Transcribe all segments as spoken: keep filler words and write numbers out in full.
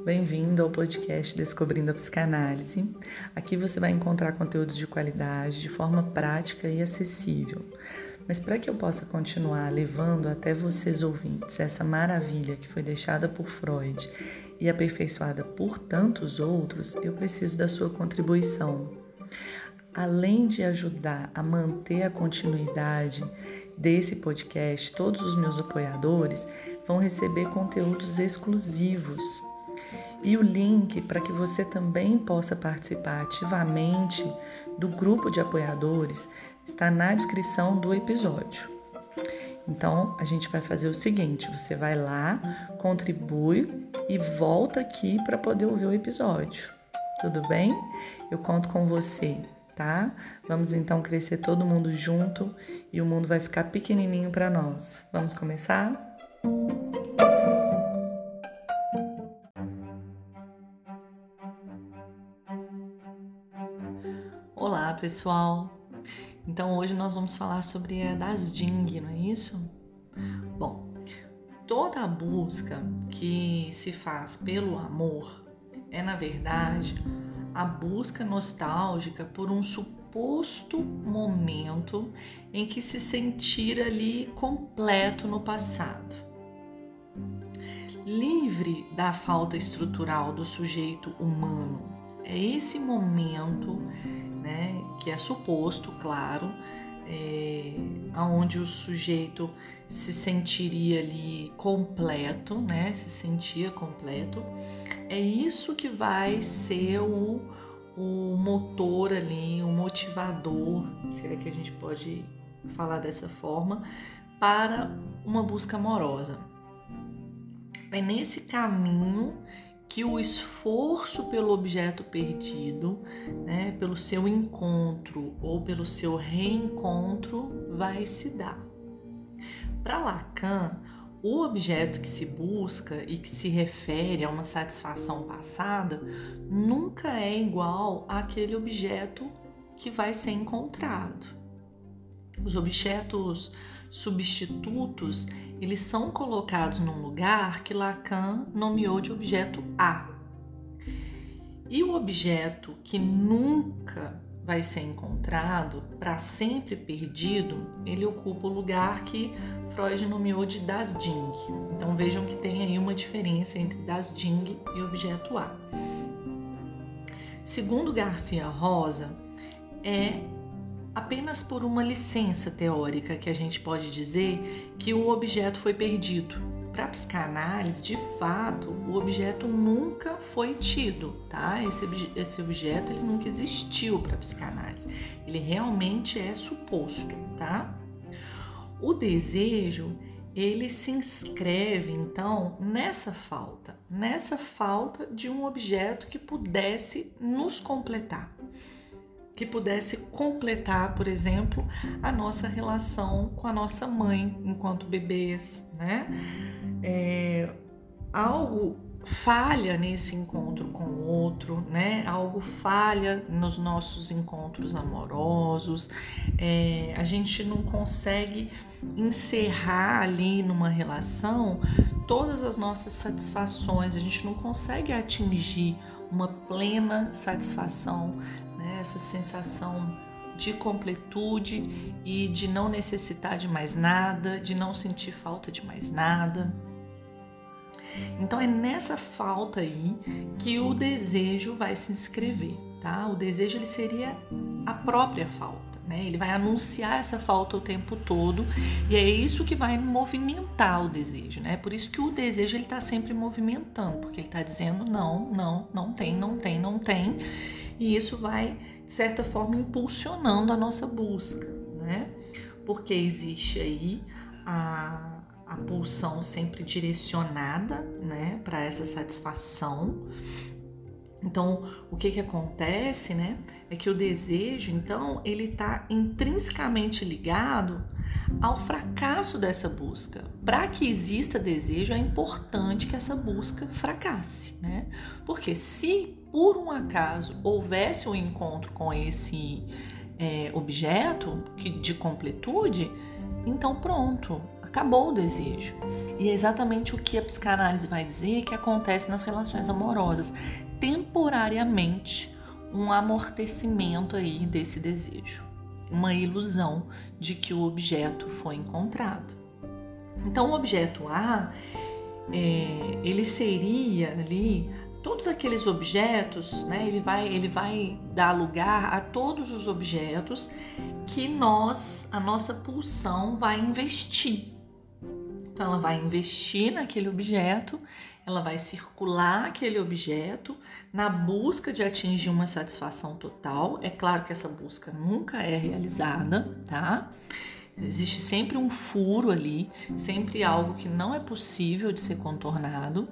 Bem-vindo ao podcast Descobrindo a Psicanálise. Aqui você vai encontrar conteúdos de qualidade, de forma prática e acessível. Mas para que eu possa continuar levando até vocês ouvintes essa maravilha que foi deixada por Freud e aperfeiçoada por tantos outros, eu preciso da sua contribuição. Além de ajudar a manter a continuidade desse podcast, todos os meus apoiadores vão receber conteúdos exclusivos. E o link para que você também possa participar ativamente do grupo de apoiadores está na descrição do episódio. Então, a gente vai fazer o seguinte, você vai lá, contribui e volta aqui para poder ouvir o episódio. Tudo bem? Eu conto com você, tá? Vamos então crescer todo mundo junto e o mundo vai ficar pequenininho para nós. Vamos começar? Olá, pessoal! Então, hoje nós vamos falar sobre a das Jing, não é isso? Bom, toda a busca que se faz pelo amor é, na verdade, a busca nostálgica por um suposto momento em que se sentir ali completo no passado. Livre da falta estrutural do sujeito humano. É esse momento, né, que é suposto, claro, é, onde o sujeito se sentiria ali completo, né, se sentia completo. É isso que vai ser o, o motor ali, o motivador, se é que a gente pode falar dessa forma, para uma busca amorosa. É nesse caminho que o esforço pelo objeto perdido, né, pelo seu encontro ou pelo seu reencontro vai se dar. Para Lacan, o objeto que se busca e que se refere a uma satisfação passada nunca é igual àquele objeto que vai ser encontrado. Os objetos substitutos, eles são colocados num lugar que Lacan nomeou de objeto A. E o objeto que nunca vai ser encontrado, para sempre perdido, ele ocupa o lugar que Freud nomeou de das Jing. Então vejam que tem aí uma diferença entre das Jing e objeto A. Segundo Garcia Rosa, é apenas por uma licença teórica que a gente pode dizer que o objeto foi perdido. Para a psicanálise, de fato, o objeto nunca foi tido, tá? Esse, esse objeto ele nunca existiu para a psicanálise. Ele realmente é suposto, tá? O desejo, ele se inscreve, então, nessa falta, nessa falta de um objeto que pudesse nos completar. Que pudesse completar, por exemplo, a nossa relação com a nossa mãe enquanto bebês, né? É, algo falha nesse encontro com o outro, né? Algo falha nos nossos encontros amorosos, é, a gente não consegue encerrar ali numa relação todas as nossas satisfações, a gente não consegue atingir uma plena satisfação, né? Essa sensação de completude e de não necessitar de mais nada, de não sentir falta de mais nada. Então é nessa falta aí que o desejo vai se inscrever, tá? O desejo ele seria a própria falta, né? Ele vai anunciar essa falta o tempo todo e é isso que vai movimentar o desejo, né? Por isso que o desejo ele está sempre movimentando, porque ele está dizendo não, não, não tem, não tem, não tem. E isso vai, de certa forma, impulsionando a nossa busca, né? Porque existe aí a a pulsão sempre direcionada, né, para essa satisfação. Então, o que que acontece, né, é que o desejo, então, ele está intrinsecamente ligado ao fracasso dessa busca. Para que exista desejo, é importante que essa busca fracasse, né? Porque se, por um acaso, houvesse um encontro com esse é, objeto que, de completude, então pronto, acabou o desejo. E é exatamente o que a psicanálise vai dizer que acontece nas relações amorosas. Temporariamente, um amortecimento aí desse desejo. Uma ilusão de que o objeto foi encontrado. Então, o objeto A, é, ele seria ali, todos aqueles objetos, né, ele vai, ele vai dar lugar a todos os objetos que nós, a nossa pulsão vai investir. Então, ela vai investir naquele objeto, ela vai circular aquele objeto na busca de atingir uma satisfação total. É claro que essa busca nunca é realizada, tá? Existe sempre um furo ali, sempre algo que não é possível de ser contornado.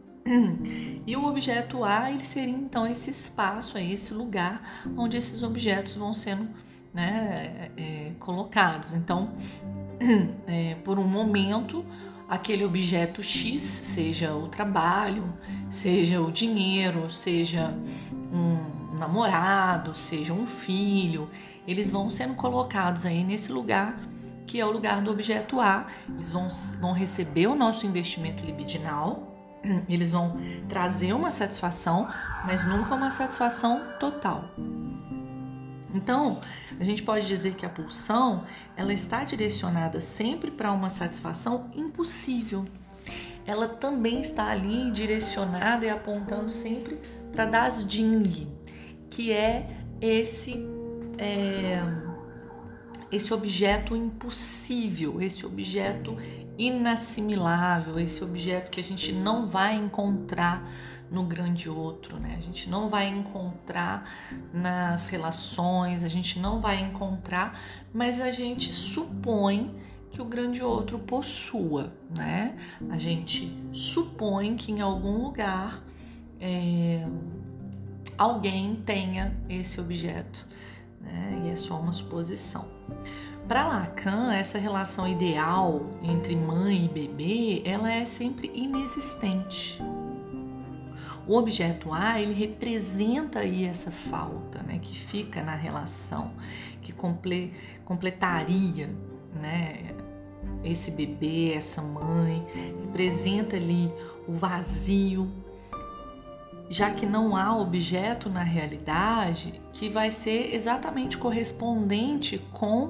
E o objeto A, ele seria então esse espaço, aí, esse lugar onde esses objetos vão sendo, né, é, colocados. Então, é, por um momento, aquele objeto X, seja o trabalho, seja o dinheiro, seja um namorado, seja um filho, eles vão sendo colocados aí nesse lugar que é o lugar do objeto A. Eles vão, vão receber o nosso investimento libidinal, eles vão trazer uma satisfação, mas nunca uma satisfação total. Então, a gente pode dizer que a pulsão, ela está direcionada sempre para uma satisfação impossível. Ela também está ali direcionada e apontando sempre para Das Ding, que é esse, é, esse objeto impossível, esse objeto inassimilável, esse objeto que a gente não vai encontrar no grande outro, né? A gente não vai encontrar nas relações, a gente não vai encontrar, mas a gente supõe que o grande outro possua, né? A gente supõe que em algum lugar é, alguém tenha esse objeto, né? E é só uma suposição. Para Lacan, essa relação ideal entre mãe e bebê, ela é sempre inexistente. O objeto A, ele representa aí essa falta, né, que fica na relação, que comple, completaria, né, esse bebê, essa mãe, representa ali o vazio, já que não há objeto na realidade que vai ser exatamente correspondente com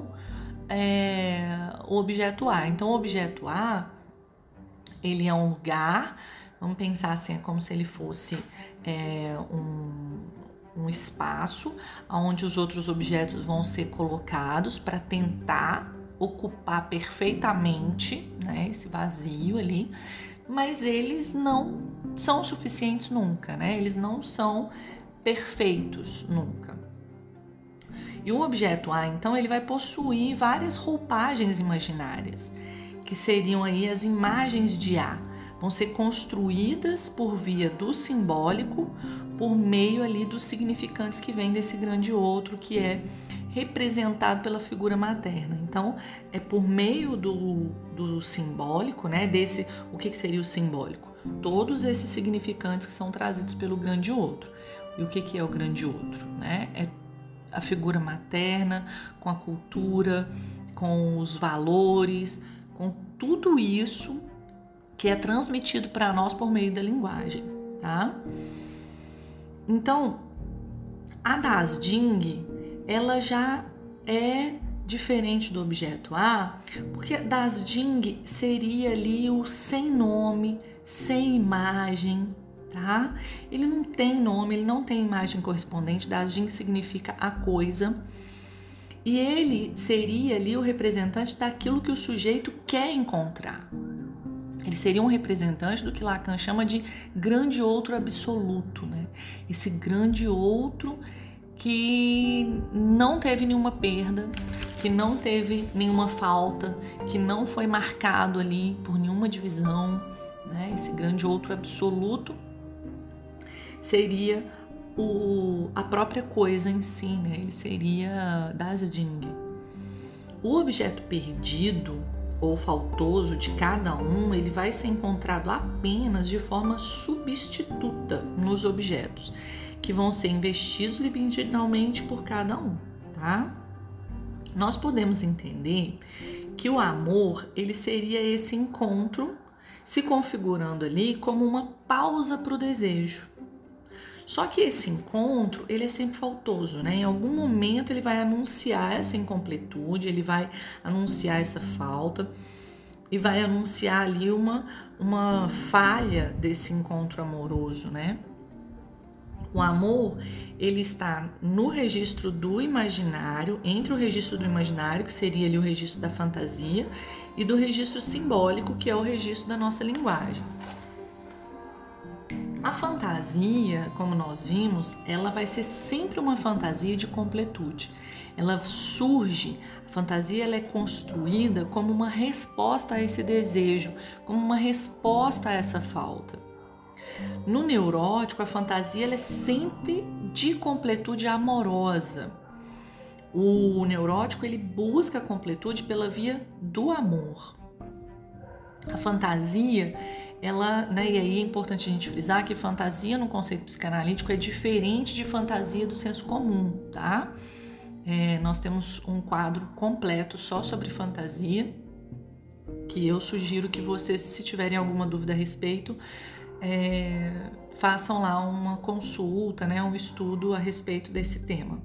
é, o objeto A. Então, o objeto A, ele é um lugar. Vamos pensar assim, é como se ele fosse é, um, um espaço onde os outros objetos vão ser colocados para tentar ocupar perfeitamente, né, esse vazio ali, mas eles não são suficientes nunca, né? Eles não são perfeitos nunca. E o objeto A, então, ele vai possuir várias roupagens imaginárias, que seriam aí as imagens de A. Vão ser construídas por via do simbólico, por meio ali dos significantes que vêm desse grande outro, que é representado pela figura materna. Então, é por meio do, do simbólico, né? Desse, o que, que seria o simbólico? Todos esses significantes que são trazidos pelo grande outro. E o que, que é o grande outro, né? É a figura materna, com a cultura, com os valores, com tudo isso que é transmitido para nós por meio da linguagem, tá? Então, a Das Ding, ela já é diferente do objeto A, porque Das Ding seria ali o sem nome, sem imagem, tá? Ele não tem nome, ele não tem imagem correspondente. Das Ding significa a coisa. E ele seria ali o representante daquilo que o sujeito quer encontrar. Ele seria um representante do que Lacan chama de grande outro absoluto, né? Esse grande outro que não teve nenhuma perda, que não teve nenhuma falta, que não foi marcado ali por nenhuma divisão, né? Esse grande outro absoluto seria o, a própria coisa em si, né? Ele seria Das Ding. O objeto perdido ou faltoso de cada um, ele vai ser encontrado apenas de forma substituta nos objetos, que vão ser investidos libidinalmente por cada um, tá? Nós podemos entender que o amor, ele seria esse encontro se configurando ali como uma pausa para o desejo. Só que esse encontro, ele é sempre faltoso, né? Em algum momento ele vai anunciar essa incompletude, ele vai anunciar essa falta e vai anunciar ali uma, uma falha desse encontro amoroso, né? O amor, ele está no registro do imaginário, entre o registro do imaginário, que seria ali o registro da fantasia, e do registro simbólico, que é o registro da nossa linguagem. A fantasia, como nós vimos, ela vai ser sempre uma fantasia de completude. Ela surge, a fantasia ela é construída como uma resposta a esse desejo, como uma resposta a essa falta. No neurótico, a fantasia ela é sempre de completude amorosa. O neurótico ele busca a completude pela via do amor. A fantasia, ela, né, e aí é importante a gente frisar que fantasia no conceito psicanalítico é diferente de fantasia do senso comum, tá? É, nós temos um quadro completo só sobre fantasia, que eu sugiro que vocês, se tiverem alguma dúvida a respeito, é, façam lá uma consulta, né, um estudo a respeito desse tema.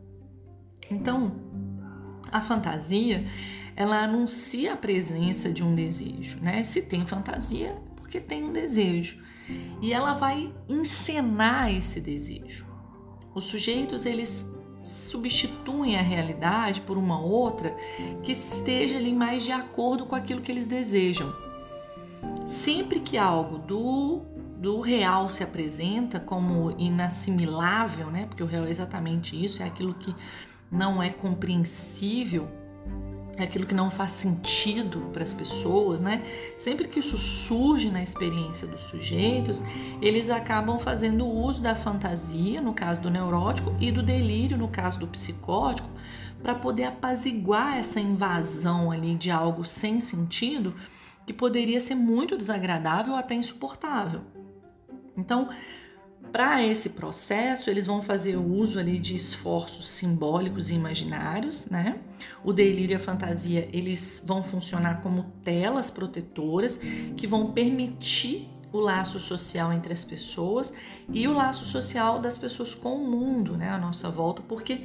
Então, a fantasia, ela anuncia a presença de um desejo, né? Se tem fantasia, é porque tem um desejo. E ela vai encenar esse desejo. Os sujeitos, eles substituem a realidade por uma outra que esteja ali mais de acordo com aquilo que eles desejam. Sempre que algo do, do real se apresenta como inassimilável, né? Porque o real é exatamente isso, é aquilo que não é compreensível, é aquilo que não faz sentido para as pessoas, né? Sempre que isso surge na experiência dos sujeitos, eles acabam fazendo uso da fantasia, no caso do neurótico, e do delírio, no caso do psicótico, para poder apaziguar essa invasão ali de algo sem sentido, que poderia ser muito desagradável ou até insuportável. Então, para esse processo, eles vão fazer uso ali de esforços simbólicos e imaginários, né? O delírio e a fantasia, eles vão funcionar como telas protetoras que vão permitir o laço social entre as pessoas e o laço social das pessoas com o mundo, né? À nossa volta, porque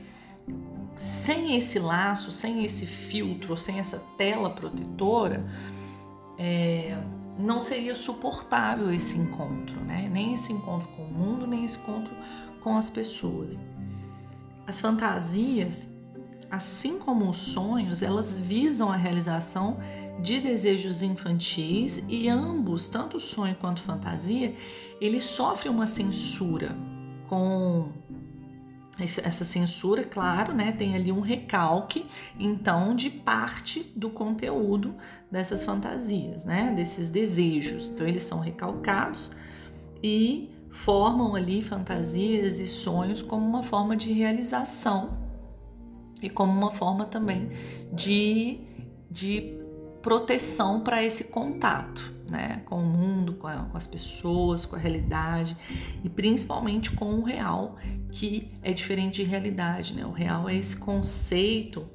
sem esse laço, sem esse filtro, sem essa tela protetora, é... não seria suportável esse encontro, né? Nem esse encontro com o mundo, nem esse encontro com as pessoas. As fantasias, assim como os sonhos, elas visam a realização de desejos infantis e ambos, tanto sonho quanto fantasia, eles sofrem uma censura com... Essa censura, claro, né, tem ali um recalque, então, de parte do conteúdo dessas fantasias, né, desses desejos. Então, eles são recalcados e formam ali fantasias e sonhos como uma forma de realização e como uma forma também de, de proteção para esse contato, né, com o mundo, com, a, com as pessoas, com a realidade e principalmente com o real, que é diferente de realidade, né? O real é esse conceito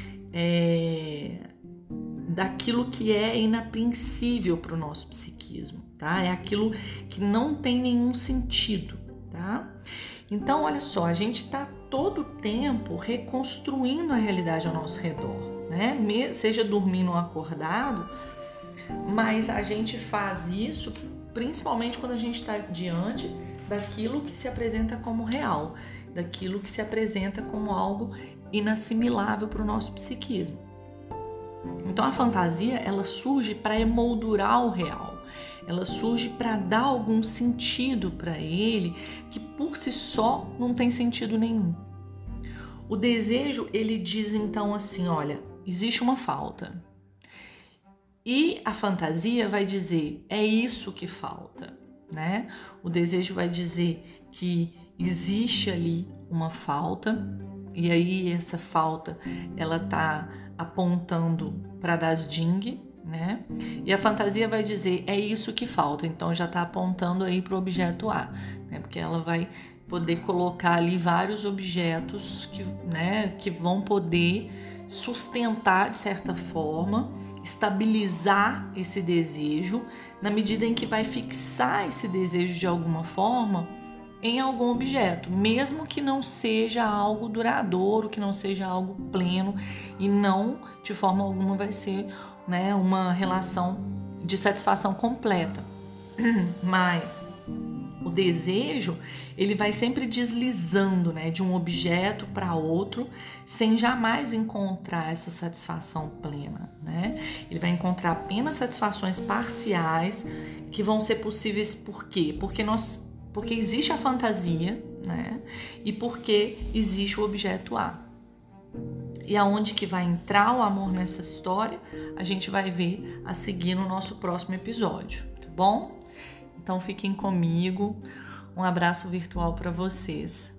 é, daquilo que é inapreensível para o nosso psiquismo, tá? É aquilo que não tem nenhum sentido, tá? Então, olha só, a gente está todo o tempo reconstruindo a realidade ao nosso redor, né? Seja dormindo ou acordado, mas a gente faz isso principalmente quando a gente está diante daquilo que se apresenta como real, daquilo que se apresenta como algo inassimilável para o nosso psiquismo. Então a fantasia, ela surge para emoldurar o real, ela surge para dar algum sentido para ele que por si só não tem sentido nenhum. O desejo, ele diz então assim, olha, existe uma falta. E a fantasia vai dizer, é isso que falta, né? O desejo vai dizer que existe ali uma falta, e aí essa falta, ela tá apontando para das ding, né? E a fantasia vai dizer, é isso que falta, então já tá apontando aí para o objeto A, né? Porque ela vai poder colocar ali vários objetos que, né, que vão poder sustentar de certa forma, estabilizar esse desejo, na medida em que vai fixar esse desejo de alguma forma em algum objeto, mesmo que não seja algo duradouro, que não seja algo pleno, e não de forma alguma vai ser, né, uma relação de satisfação completa. Mas o desejo, ele vai sempre deslizando, né, de um objeto para outro, sem jamais encontrar essa satisfação plena, né? Ele vai encontrar apenas satisfações parciais que vão ser possíveis por quê? Porque nós porque existe a fantasia, né? E porque existe o objeto A. E aonde que vai entrar o amor nessa história, a gente vai ver a seguir no nosso próximo episódio, tá bom? Então fiquem comigo. Um abraço virtual para vocês.